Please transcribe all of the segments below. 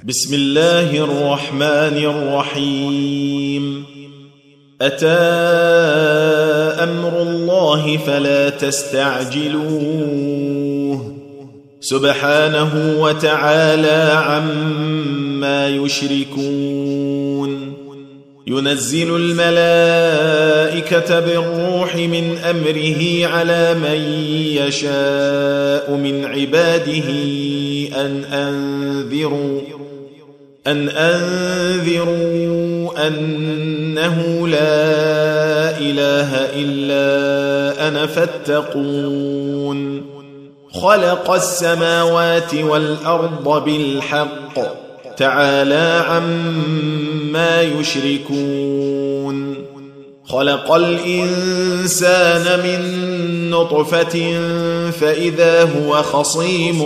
بسم الله الرحمن الرحيم. أتى أمر الله فلا تستعجلوه سبحانه وتعالى عما يشركون. ينزل الملائكة بالروح من أمره على من يشاء من عباده أن أنذروا أنه لا إله إلا أنا فاتقون. خلق السماوات والأرض بالحق تعالى عما يشركون. خلق الإنسان من نطفة فإذا هو خصيم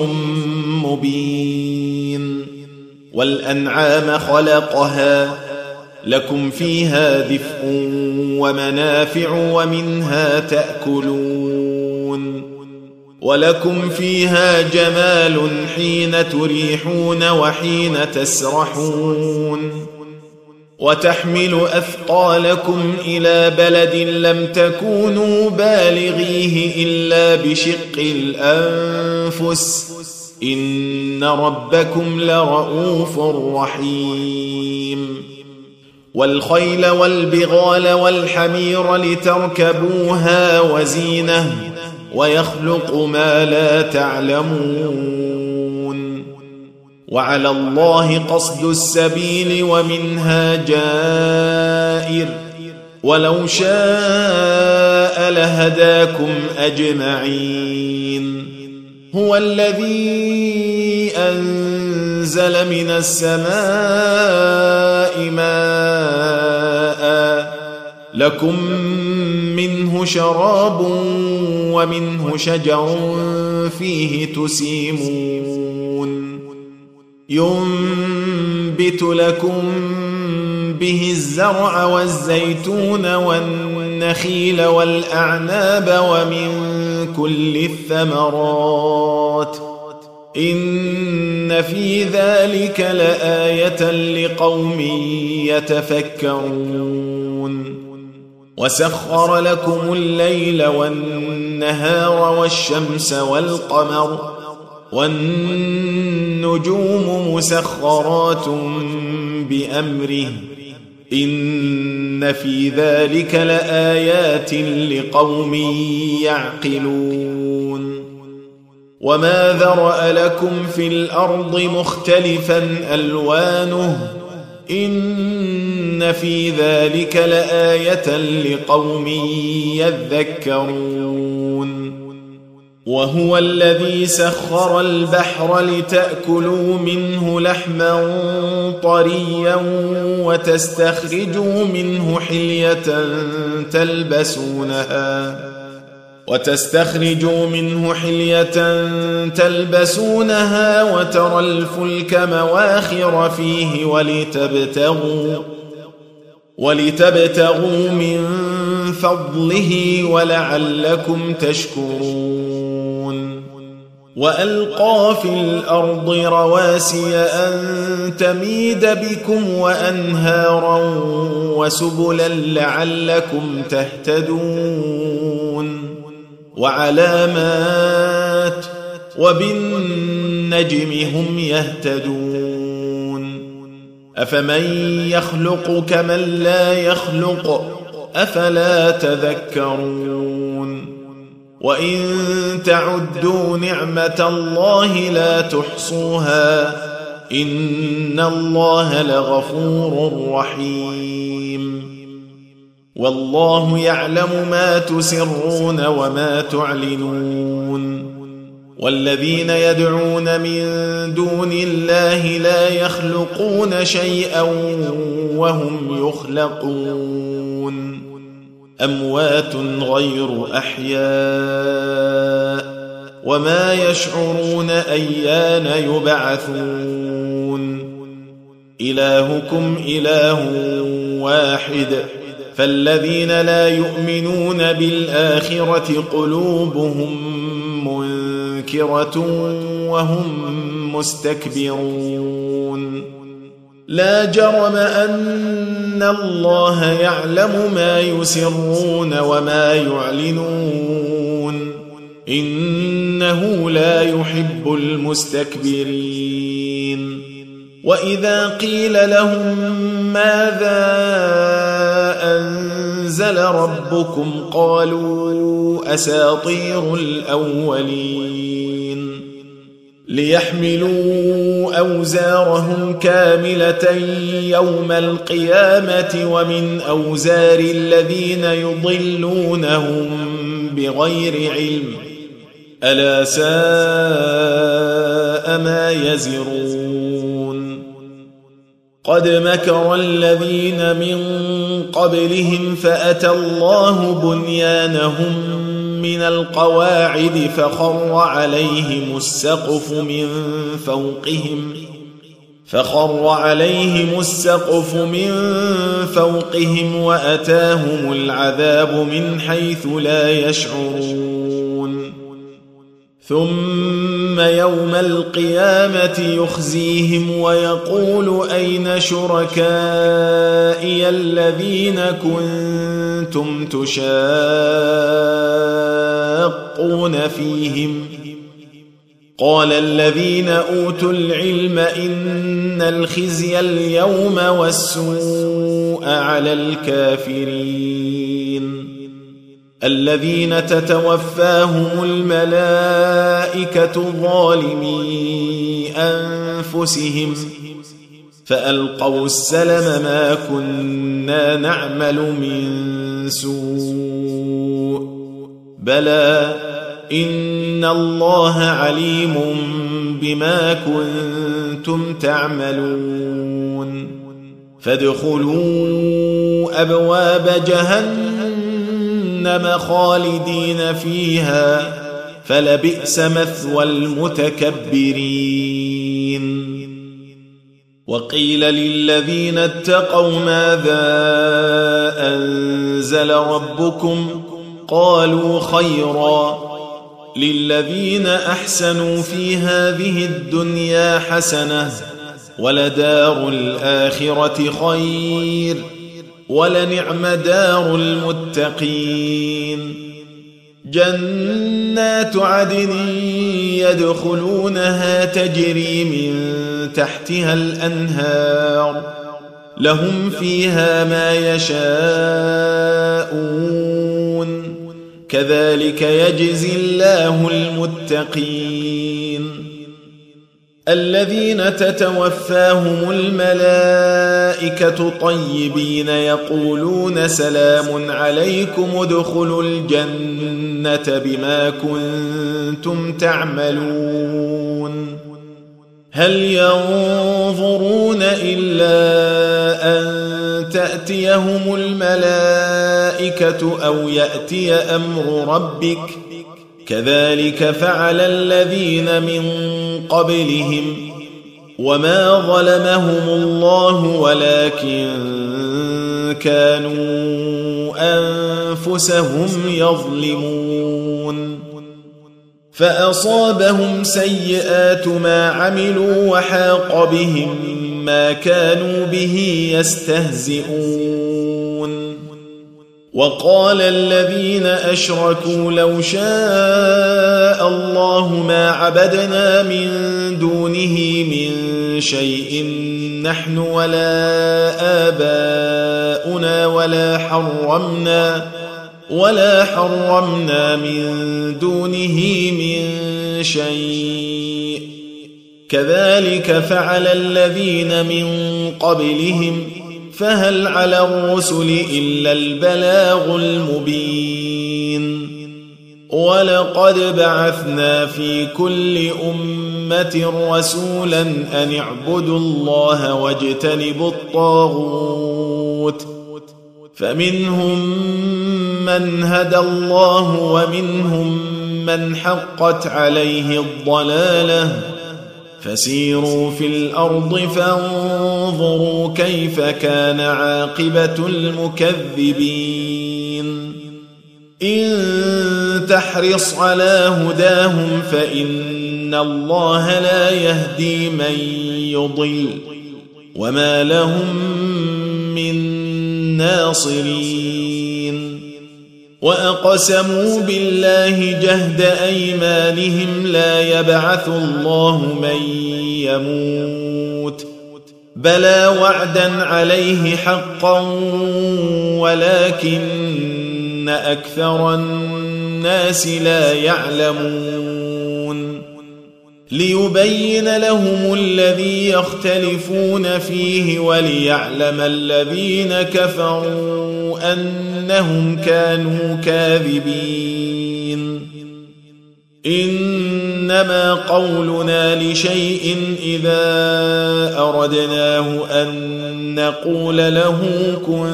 مبين. والأنعام خلقها لكم فيها دفء ومنافع ومنها تأكلون. ولكم فيها جمال حين تريحون وحين تسرحون. وتحمل أثقالكم إلى بلد لم تكونوا بالغيه إلا بشق الأنفس إن ربكم لرؤوف رحيم. والخيل والبغال والحمير لتركبوها وزينة ويخلق ما لا تعلمون. وعلى الله قصد السبيل ومنها جائر ولو شاء لهداكم أجمعين. هو الذي أنزل من السماء ماء لكم منه شراب ومنه شجر فيه تسيمون. ينبت لكم به الزرع والزيتون والنخيل والأعناب ومن كل الثمرات إن في ذلك لآية لقوم يتفكرون. وسخر لكم الليل والنهار والشمس والقمر والنجوم مسخرات بأمره إن في ذلك لآيات لقوم يعقلون. وما ذرأ لكم في الأرض مختلفا ألوانه إن في ذلك لآية لقوم يذكرون. وهو الذي سخر البحر لتأكلوا منه لحما طريا وتستخرجوا منه حلية تلبسونها وترى الفلك مواخر فيه ولتبتغوا من فضله ولعلكم تشكرون. وألقى في الأرض رواسي أن تميد بكم وأنهارا وسبلا لعلكم تهتدون. وعلامات وبالنجم هم يهتدون. أفمن يخلق كمن لا يخلق أفلا تذكرون. وإن تعدوا نعمة الله لا تحصوها إن الله لغفور رحيم. والله يعلم ما تسرون وما تعلنون. والذين يدعون من دون الله لا يخلقون شيئا وهم يخلقون. أموات غير أحياء وما يشعرون أيان يبعثون. إلهكم إله واحد فالذين لا يؤمنون بالآخرة قلوبهم منكرة وهم مستكبرون لا جرم أن الله يعلم ما يسرون وما يعلنون إنه لا يحب المستكبرين وإذا قيل لهم ماذا أنزل ربكم قالوا أساطير الأولين ليحملوا أوزارهم كاملة يوم القيامة ومن أوزار الذين يضلونهم بغير علم ألا ساء ما يزرون قد مكر الذين من قبلهم فأتى الله بنيانهم من القواعد فخر عليهم السقف من فوقهم وأتاهم العذاب من حيث لا يشعرون ثم يوم القيامة يخزيهم ويقول أين شركائي الذين كنتم تشاقون فيهم قال الذين أوتوا العلم إن الخزي اليوم والسوء على الكافرين الذين تتوفاهم الملائكة ظالمي أنفسهم فألقوا السلم ما كنا نعمل من سوء بلى إن الله عليم بما كنتم تعملون فادخلوا أبواب جهنم خالدين فيها فلبئس مثوى المتكبرين وقيل للذين اتقوا ماذا أنزل ربكم قالوا خيرا للذين أحسنوا في هذه الدنيا حسنة ولدار الآخرة خير ولنعم دار المتقين جنات عدن يدخلونها تجري من تحتها الأنهار لهم فيها ما يشاءون كذلك يجزي الله المتقين الذين تتوفاهم الملائكة طيبين يقولون سلام عليكم ادخلوا الجنة بما كنتم تعملون هل ينظرون إلا أن تأتيهم الملائكة أو يأتي أمر ربك كذلك فعل الذين من قبلهم وما ظلمهم الله ولكن كانوا أنفسهم يظلمون فأصابهم سيئات ما عملوا وحاق بهم ما كانوا به يستهزئون وقال الذين أشركوا لو شاء الله ما عبدنا من دونه من شيء نحن ولا آباؤنا ولا حرمنا من دونه من شيء كذلك فعل الذين من قبلهم فهل على الرسل إلا البلاغ المبين ولقد بعثنا في كل أمة رسولا أن اعبدوا الله واجتنبوا الطاغوت فمنهم من هدى الله ومنهم من حقت عليه الضلالة فسيروا في الأرض فانظروا كيف كان عاقبة المكذبين إن تحرص على هداهم فإن الله لا يهدي من يضل وما لهم من ناصرين وأقسموا بالله جهد أيمانهم لا يبعث الله من يموت بلى وعدا عليه حقا ولكن أكثر الناس لا يعلمون ليبين لهم الذي يختلفون فيه وليعلم الذين كفروا أنهم كانوا كاذبين إنما قولنا لشيء إذا أردناه أن نقول له كن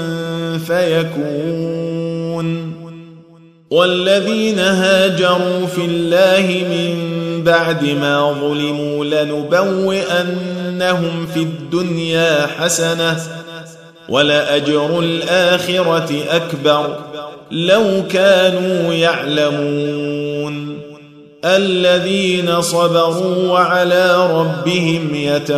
فيكون والذين هاجروا في الله من بعد ما ظلموا لنبوئنهم في الدنيا حسنة ولأجر الآخرة أكبر لو كانوا يعلمون الذين صبروا وعلى ربهم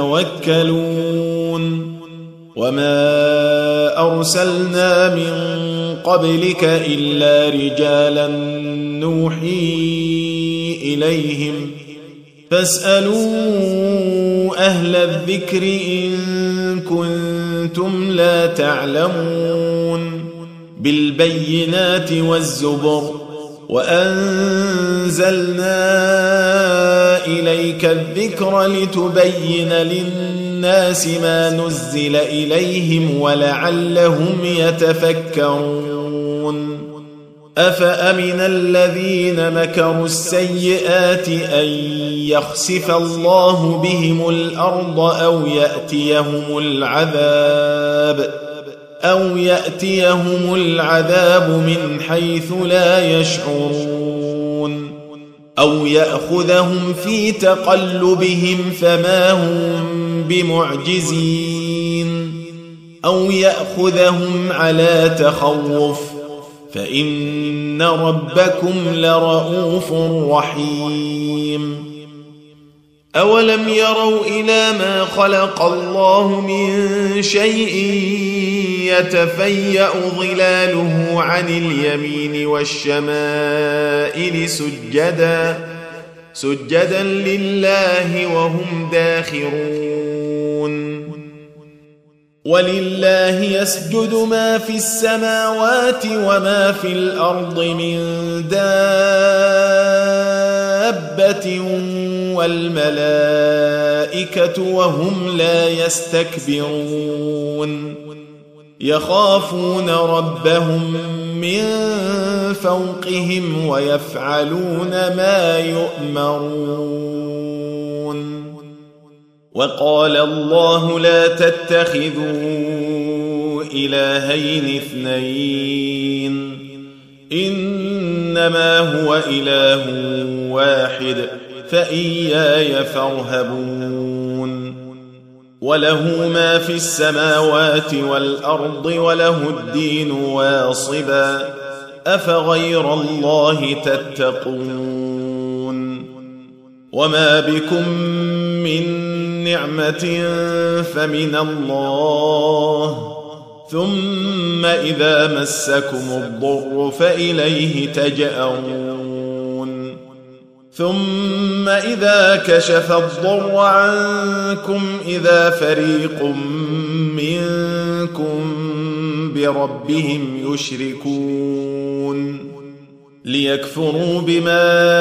يتوكلون وما أرسلنا من قبلك إلا رجالا نوحي إليهم فاسألوا أهل الذكر إن كنتم لا تعلمون بالبينات والزبر وأنزلنا إليك الذكر لتبين للناس ما نزل إليهم ولعلهم يتفكرون أفأمن الذين مكروا السيئات أن يخسف الله بهم الأرض أو يأتيهم العذاب من حيث لا يشعرون أو يأخذهم في تقلبهم فما هم بمعجزين أو يأخذهم على تخوف فإن ربكم لرؤوف رحيم أولم يروا إلى ما خلق الله من شيء يتفيأ ظلاله عن اليمين والشمائل سجدا لله وهم داخرون ولله يسجد ما في السماوات وما في الأرض من دابة والملائكة وهم لا يستكبرون يخافون ربهم من فوقهم ويفعلون ما يؤمرون وقال الله لا تتخذوا إلهين اثنين إنما هو إله واحد فإياي فارهبون وله ما في السماوات والأرض وله الدين واصبا أفغير الله تتقون وما بكم من نعمة فمن الله ثم إذا مسكم الضر فإليه تجأرون ثم إذا كشف الضر عنكم إذا فريق منكم بربهم يشركون ليكفروا بما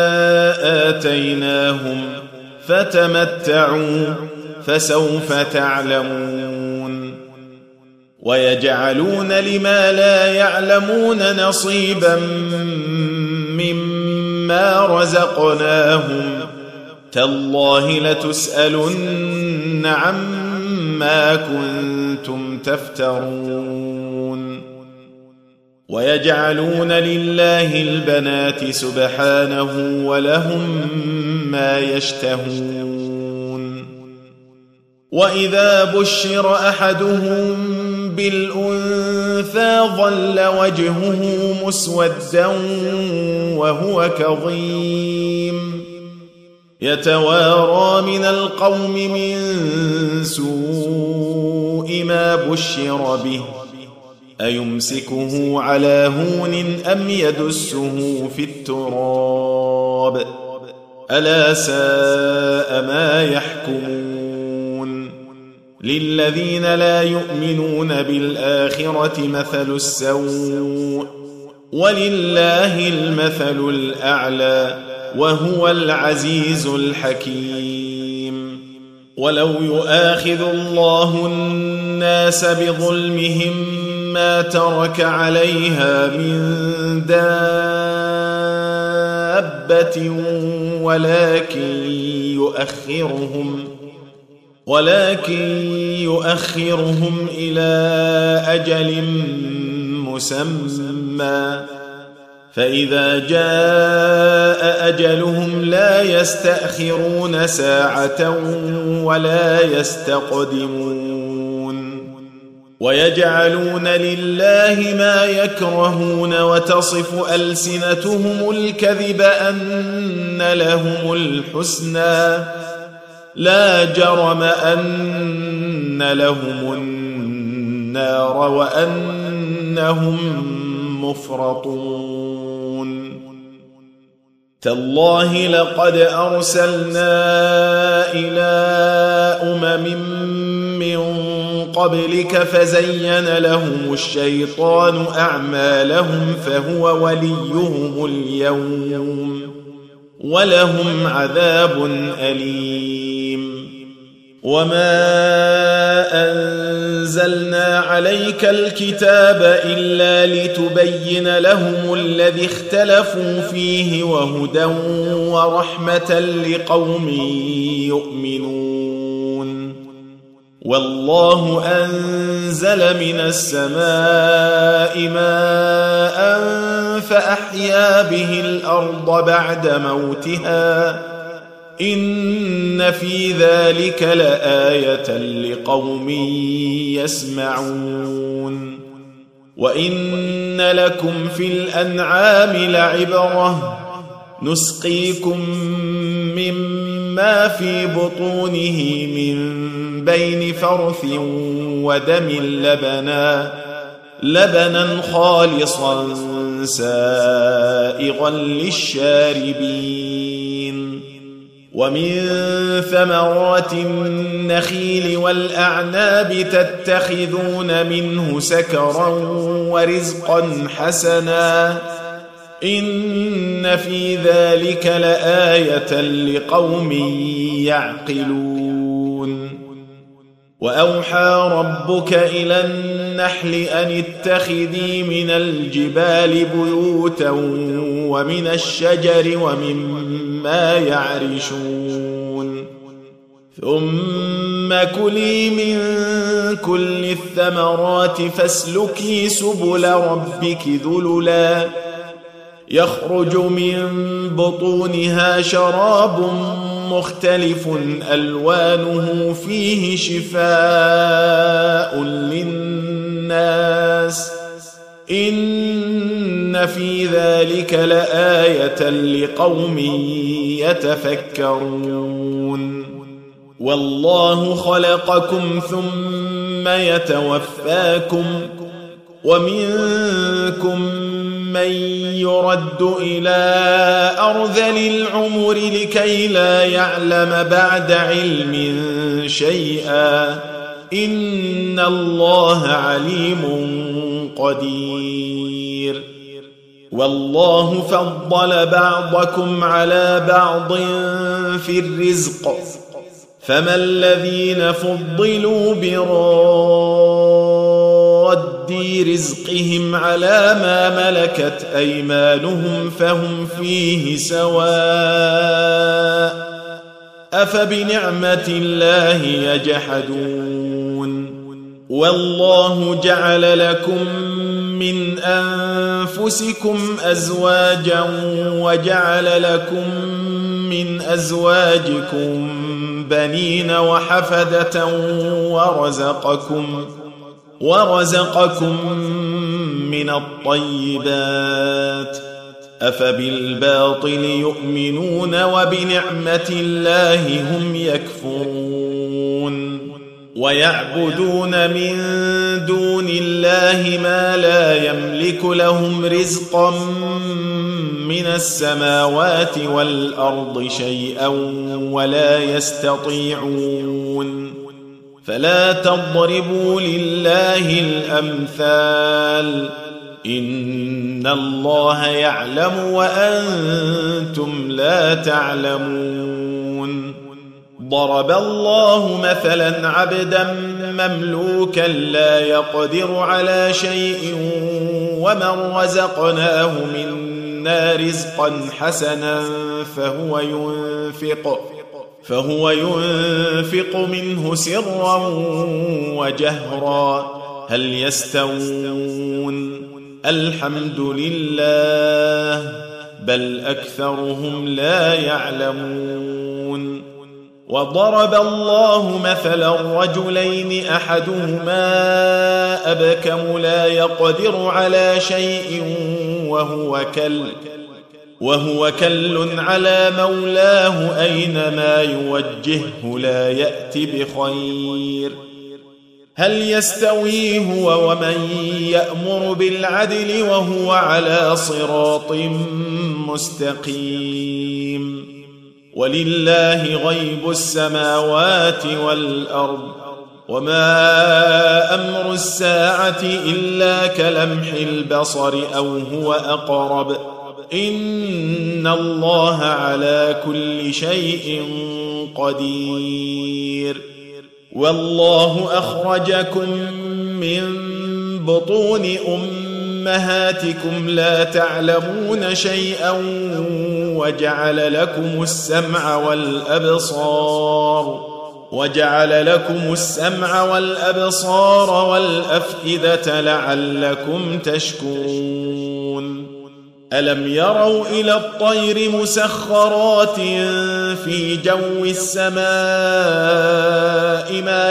آتيناهم فتمتعوا فسوف تعلمون ويجعلون لما لا يعلمون نصيبا مما رزقناهم تالله لتسألن عما كنتم تفترون ويجعلون لله البنات سبحانه ولهم ما يشتهون وإذا بشر أحدهم بالأنثى ظل وجهه مسودا وهو كظيم يتوارى من القوم من سوء بما بشر به أيمسكه على هون أم يدسه في التراب ألا ساء ما يحكمون للذين لا يؤمنون بالآخرة مثل السوء ولله المثل الأعلى وهو العزيز الحكيم ولو يؤاخذ الله الناس بظلمهم ما ترك عليها من دابة ولكن يؤخرهم إلى أجل مسمى فإذا جاء أجلهم لا يستأخرون ساعة ولا يستقدمون ويجعلون لله ما يكرهون وتصف ألسنتهم الكذب أن لهم الحسنى لا جرم أن لهم النار وأنهم مفرطون تالله لقد أرسلنا إلى من قبلك فزين لهم الشيطان أعمالهم فهو وليهم اليوم ولهم عذاب أليم وما أنزلنا عليك الكتاب إلا لتبين لهم الذي اختلفوا فيه وهدى ورحمة لقوم يؤمنون والله أنزل من السماء ماء فأحيا به الأرض بعد موتها إن في ذلك لآية لقوم يسمعون وإن لكم في الأنعام لعبرة نسقيكم مما في بطونه من بين فرث ودم لبنا خالصا سائغا للشاربين ومن ثمرات النخيل والأعناب تتخذون منه سكرا ورزقا حسنا إن في ذلك لآية لقوم يعقلون وأوحى ربك إلى النحل أن اتخذي من الجبال بيوتا ومن الشجر ومما يعرشون ثم كلي من كل الثمرات فاسلكي سبل ربك ذللا يخرج من بطونها شراب مختلف ألوانه فيه شفاء للناس إن في ذلك لآية لقوم يتفكرون والله خلقكم ثم يتوفاكم ومنكم من يرد إلى أرذل العمر لكي لا يعلم بعد علم شيئا إن الله عليم قدير والله فضل بعضكم على بعض في الرزق فما الذين فضلوا براد رزقهم على ما ملكت أيمانهم فهم فيه سواء أفبنعمة الله يجحدون والله جعل لكم من أنفسكم أزواجا وجعل لكم من أزواجكم بنين وحفدة ورزقكم من الطيبات أفبالباطل يؤمنون وبنعمة الله هم يكفرون ويعبدون من دون الله ما لا يملك لهم رزقا من السماوات والأرض شيئا ولا يستطيعون فلا تضربوا لله الأمثال إن الله يعلم وأنتم لا تعلمون ضرب الله مثلا عبدا مملوكا لا يقدر على شيء ومن رزقناه منا رزقا حسنا فهو ينفق منه سرا وجهرا هل يستوون الحمد لله بل أكثرهم لا يعلمون وضرب الله مثلا رجلين أحدهما أبكم لا يقدر على شيء وهو كل على مولاه أينما يوجهه لا يأت بخير هل يستوي هو ومن يأمر بالعدل وهو على صراط مستقيم ولله غيب السماوات والأرض وما أمر الساعة إلا كلمح البصر أو هو أقرب إن الله على كل شيء قدير والله أخرجكم من بطون أمهاتكم لا تعلمون شيئا وجعل لكم السمع والأبصار والأفئدة لعلكم تشكرون ألم يروا إلى الطير مسخرات في جو السماء ما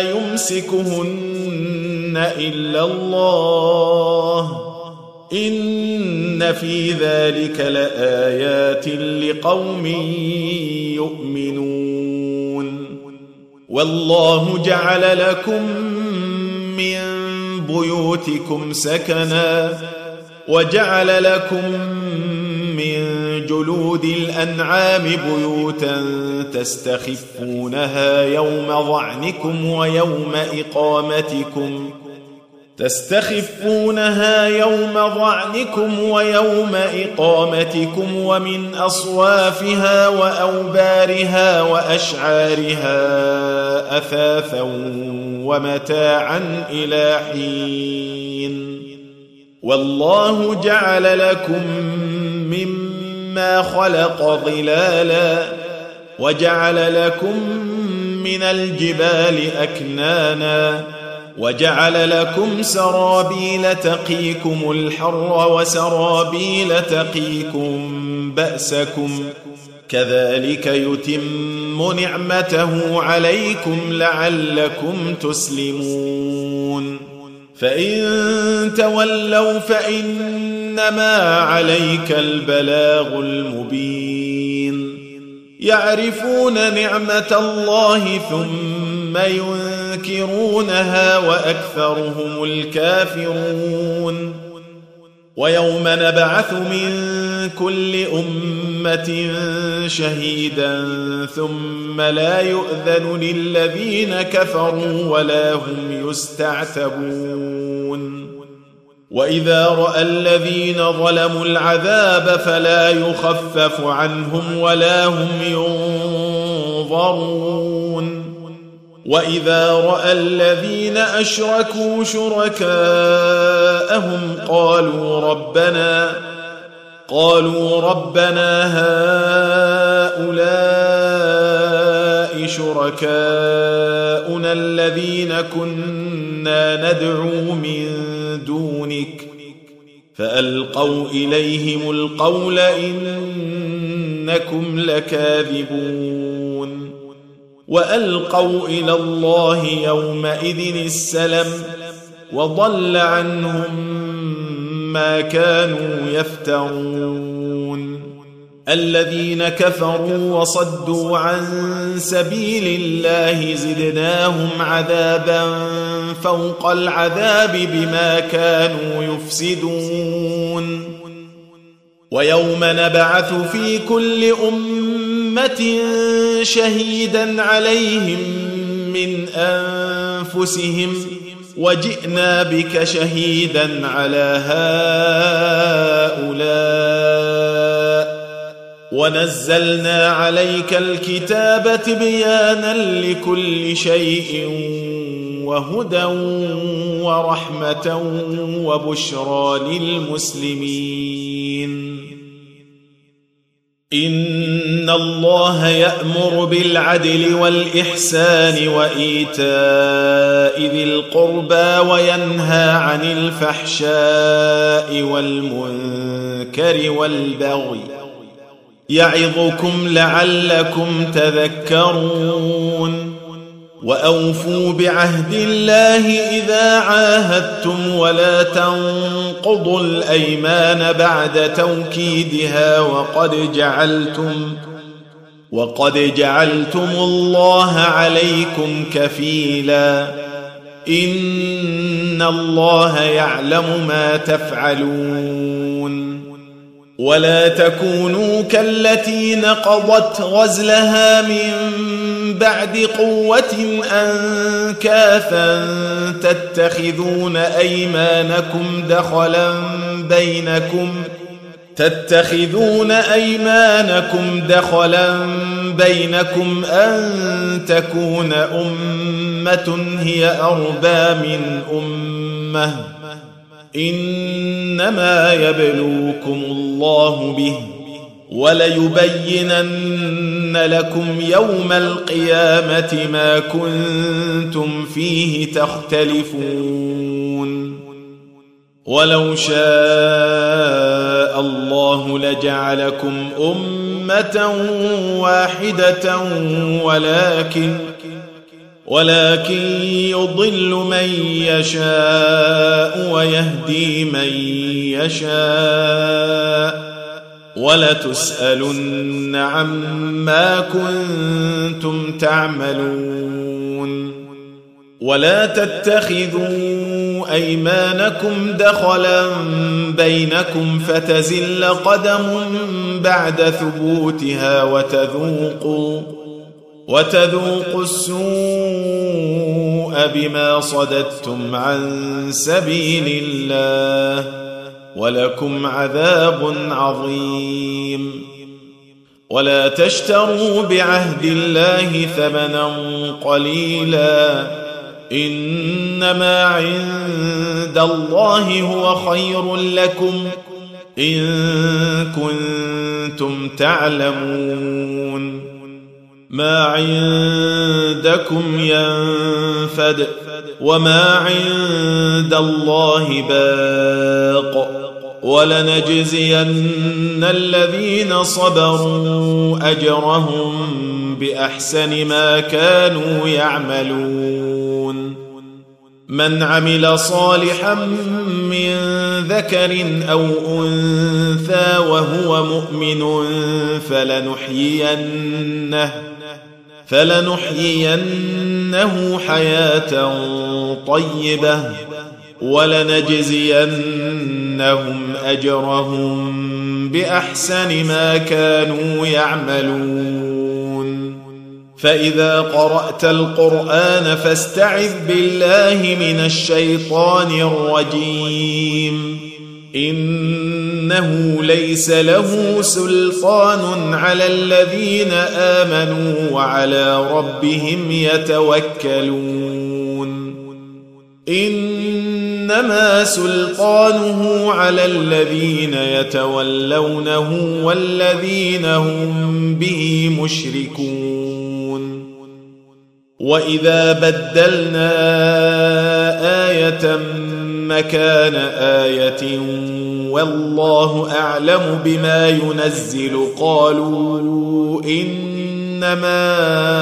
يمسكهن إلا الله إن في ذلك لآيات لقوم يؤمنون والله جعل لكم من بيوتكم سكنا وجعل لكم من جلود الأنعام بيوتا تستخفونها يوم ضعنكم ويوم إقامتكم ومن أصوافها وأوبارها وأشعارها أثاثا ومتاعا إلى حين والله جعل لكم مما خلق ظلالا وجعل لكم من الجبال أكنانا وجعل لكم سرابيل تقيكم الحر وسرابيل تقيكم بأسكم كذلك يتم نعمته عليكم لعلكم تسلمون فإن تولوا فإنما عليك البلاغ المبين يعرفون نعمة الله ثم ينكرونها وأكثرهم الكافرون ويوم نبعث من كل أمة شهيدا ثم لا يؤذن للذين كفروا ولا هم يستعتبون وإذا رأى الذين ظلموا العذاب فلا يخفف عنهم ولا هم ينظرون وإذا رأى الذين أشركوا شركاءهم قالوا ربنا هؤلاء شركاؤنا الذين كنا ندعو من دونك فألقوا إليهم القول إنكم لكاذبون وألقوا إلى الله يومئذ السلم وضل عنهم ما كانوا يفترون الذين كفروا وصدوا عن سبيل الله زدناهم عذابا فوق العذاب بما كانوا يفسدون ويوم نبعث في كل أمة شهيدا عليهم من أنفسهم وجئنا بك شهيدا على هؤلاء ونزلنا عليك الكتاب تبيانا لكل شيء وهدى ورحمة وبشرى للمسلمين إن الله يأمر بالعدل والإحسان وإيتاء ذي القربى وينهى عن الفحشاء والمنكر والبغي يعظكم لعلكم تذكرون وأوفوا بعهد الله إذا عاهدتم ولا تنقضوا الأيمان بعد توكيدها وقد جعلتم الله عليكم كفيلا إن الله يعلم ما تفعلون ولا تكونوا كالتي نقضت غزلها من بعد قوة أنكاثا تتخذون أيمانكم دخلا بينكم أن تكون أمة هي أربى من أمة إنما يبلوكم الله به وليبينن لكم يوم القيامة ما كنتم فيه تختلفون ولو شاء الله لجعلكم أمة واحدة ولكن يضل من يشاء ويهدي من يشاء ولتسألن عما كنتم تعملون ولا تتخذوا أيمانكم دخلا بينكم فتزل قدم بعد ثبوتها وتذوقوا السوء بما صددتم عن سبيل الله ولكم عذاب عظيم ولا تشتروا بعهد الله ثمنا قليلا إنما عند الله هو خير لكم إن كنتم تعلمون ما عندكم ينفد وما عند الله باق ولنجزين الذين صبروا أجرهم بأحسن ما كانوا يعملون من عمل صالحا من ذكر أو أنثى وهو مؤمن فلنحيينه حياة طيبة ولنجزينهم أجرهم بأحسن ما كانوا يعملون فإذا قرأت القرآن فاستعذ بالله من الشيطان الرجيم إنه ليس له سلطان على الذين آمنوا وعلى ربهم يتوكلون إنما سلطانه على الذين يتولونه والذين هم به مشركون وإذا بدلنا آية مكان آية والله أعلم بما ينزل قالوا إنما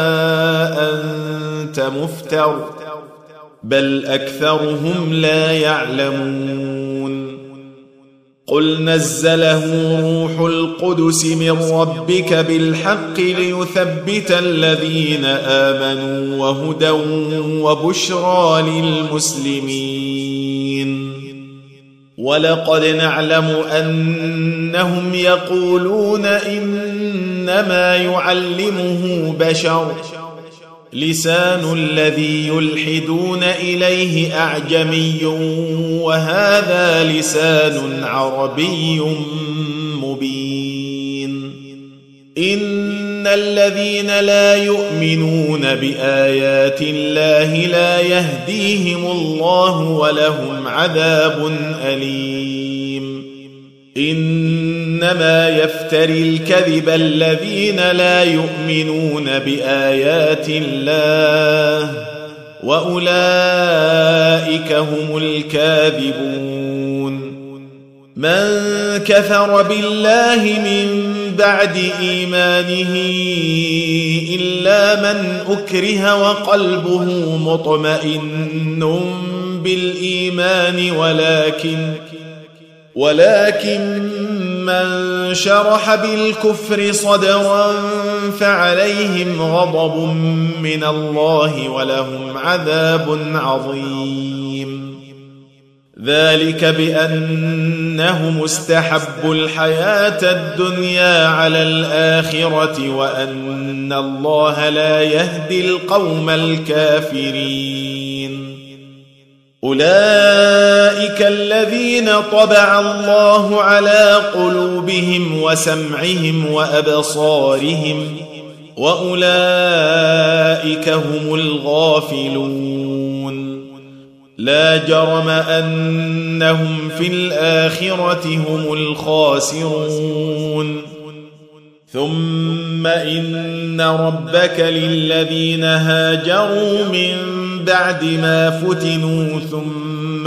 أنت مفتر بل أكثرهم لا يعلمون قل نزله روح القدس من ربك بالحق ليثبت الذين آمنوا وهدى وبشرى للمسلمين. ولقد نعلم أنهم يقولون إنما يعلمه بشر، لسان الذي يلحدون إليه أعجمي وهذا لسان عربي مبين. إن الذين لا يؤمنون بآيات الله لا يهديهم الله ولهم عذاب أليم. إنما يفتري الكذب الذين لا يؤمنون بآيات الله وأولئك هم الكاذبون. من كفر بالله من بعد إيمانه إلا من أكره وقلبه مطمئن بالإيمان ولكن من شرح بالكفر صدرا فعليهم غضب من الله ولهم عذاب عظيم. ذلك بأنهم استحبوا الحياة الدنيا على الآخرة وأن الله لا يهدي القوم الكافرين. أولئك الذين طبع الله على قلوبهم وسمعهم وأبصارهم وأولئك هم الغافلون. لا جرم أنهم في الآخرة هم الخاسرون. ثم إن ربك للذين هاجروا من بعد ما فتنوا ثم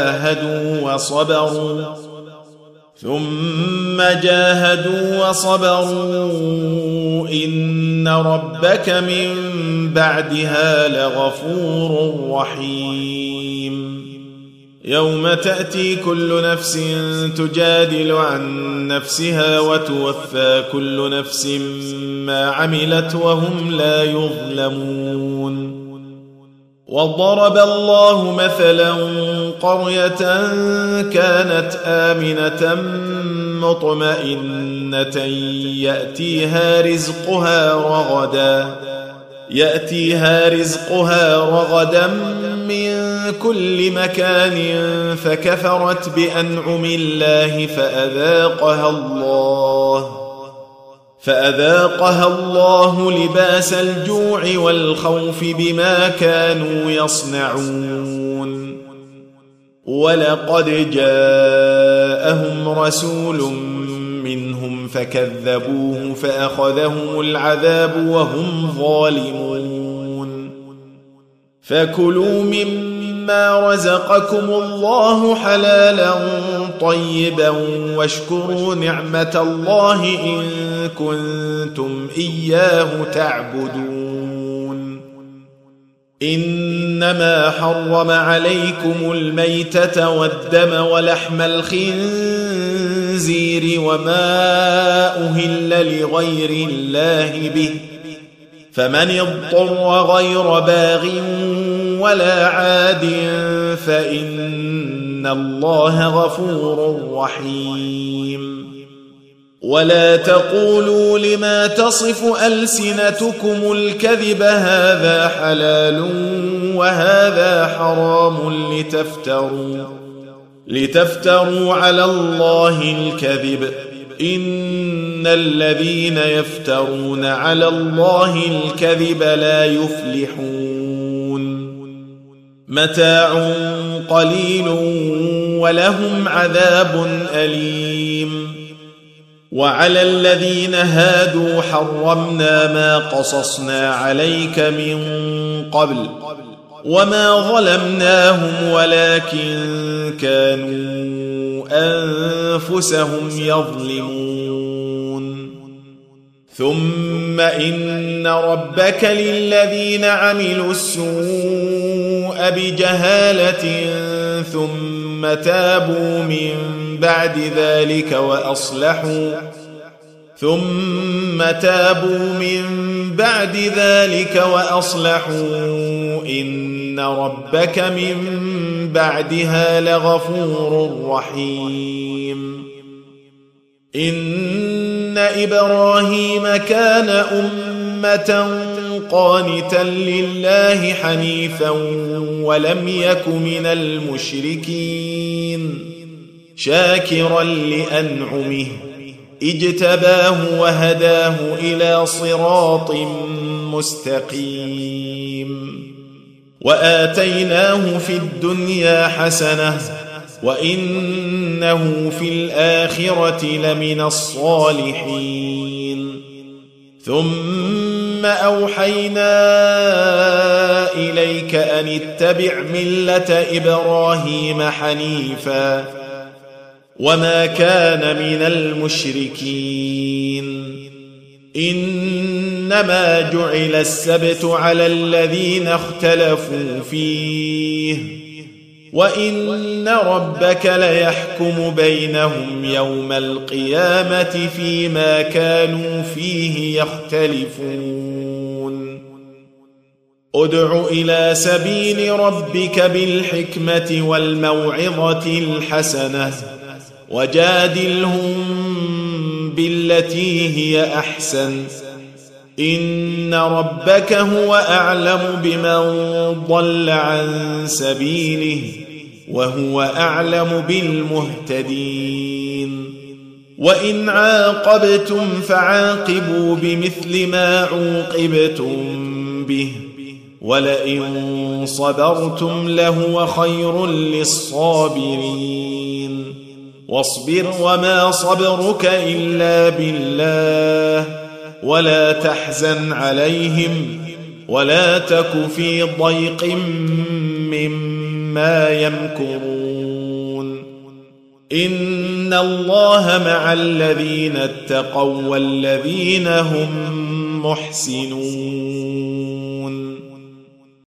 جاهدوا وصبروا إن ربك من بعدها لغفور رحيم. يوم تأتي كل نفس تجادل عن نفسها وتوفى كل نفس ما عملت وهم لا يظلمون. وضرب الله مثلا قرية كانت آمنة مطمئنة يأتيها رزقها رغدا من كل مكان فكفرت بأنعم الله فأذاقها الله لباس الجوع والخوف بما كانوا يصنعون. ولقد جاءهم رسول منهم فكذبوه فأخذهم العذاب وهم ظالمون. فكلوا مما رزقكم الله حلالا طيبا واشكروا نعمة الله إن كنتم إياه تعبدون. إنما حرم عليكم الميتة والدم ولحم الخنزير وما أهل لغير الله به، فمن اضطر غير باغ ولا عاد فإن الله غفور رحيم. ولا تقولوا لما تصف ألسنتكم الكذب هذا حلال وهذا حرام لتفتروا على الله الكذب. إن الذين يفترون على الله الكذب لا يفلحون. متاع قليل ولهم عذاب أليم. وعلى الذين هادوا حرمنا ما قصصنا عليك من قبل وما ظلمناهم ولكن كانوا أنفسهم يظلمون. ثم إن ربك للذين عملوا السوء السوء بجهالة ثم تابوا من بعد ذلك وأصلحوا إن ربك من بعدها لغفور رحيم. إن إبراهيم كان أمة قانتا لله حنيفا ولم يك من المشركين شاكرا لأنعمه اجتباه وهداه إلى صراط مستقيم. وآتيناه في الدنيا حسنة وإنه في الآخرة لمن الصالحين. ثم أوحينا إليك أن اتبع ملة إبراهيم حنيفا وما كان من المشركين. إنما جعل السبت على الذين اختلفوا فيه وإن ربك ليحكم بينهم يوم القيامة فيما كانوا فيه يختلفون. ادع إلى سبيل ربك بالحكمة والموعظة الحسنة وجادلهم بالتي هي أحسن إن ربك هو أعلم بمن ضل عن سبيله وهو أعلم بالمهتدين. وإن عاقبتم فعاقبوا بمثل ما عوقبتم به ولئن صبرتم لهو خير للصابرين. واصبر وما صبرك إلا بالله ولا تحزن عليهم ولا تك في ضيق مما يمكرون. إن الله مع الذين اتقوا والذين هم محسنون.